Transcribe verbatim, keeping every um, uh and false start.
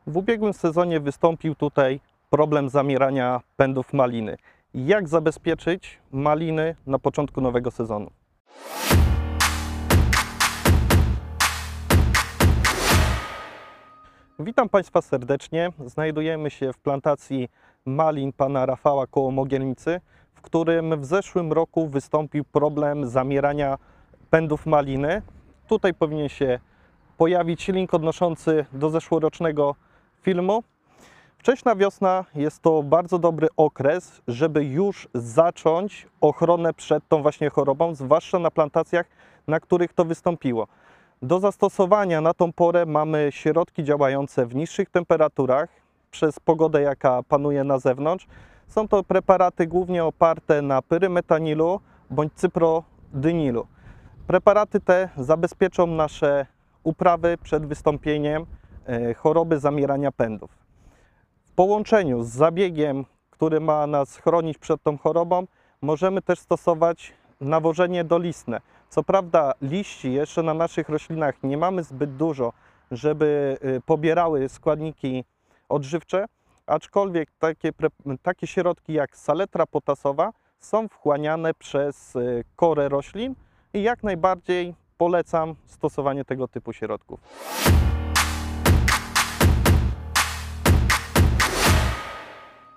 W ubiegłym sezonie wystąpił tutaj problem zamierania pędów maliny. Jak zabezpieczyć maliny na początku nowego sezonu? Witam Państwa serdecznie. Znajdujemy się w plantacji malin pana Rafała koło Mogilnicy, w którym w zeszłym roku wystąpił problem zamierania pędów maliny. Tutaj powinien się pojawić link odnoszący do zeszłorocznego filmu. Wcześna wiosna jest to bardzo dobry okres, żeby już zacząć ochronę przed tą właśnie chorobą, zwłaszcza na plantacjach, na których to wystąpiło. Do zastosowania na tą porę mamy środki działające w niższych temperaturach przez pogodę, jaka panuje na zewnątrz. Są to preparaty głównie oparte na pyrymetanilu bądź cyprodynilu. Preparaty te zabezpieczą nasze uprawy przed wystąpieniem choroby zamierania pędów. W połączeniu z zabiegiem, który ma nas chronić przed tą chorobą, możemy też stosować nawożenie dolistne. Co prawda liści jeszcze na naszych roślinach nie mamy zbyt dużo, żeby pobierały składniki odżywcze, aczkolwiek takie, takie środki jak saletra potasowa są wchłaniane przez korę roślin i jak najbardziej polecam stosowanie tego typu środków.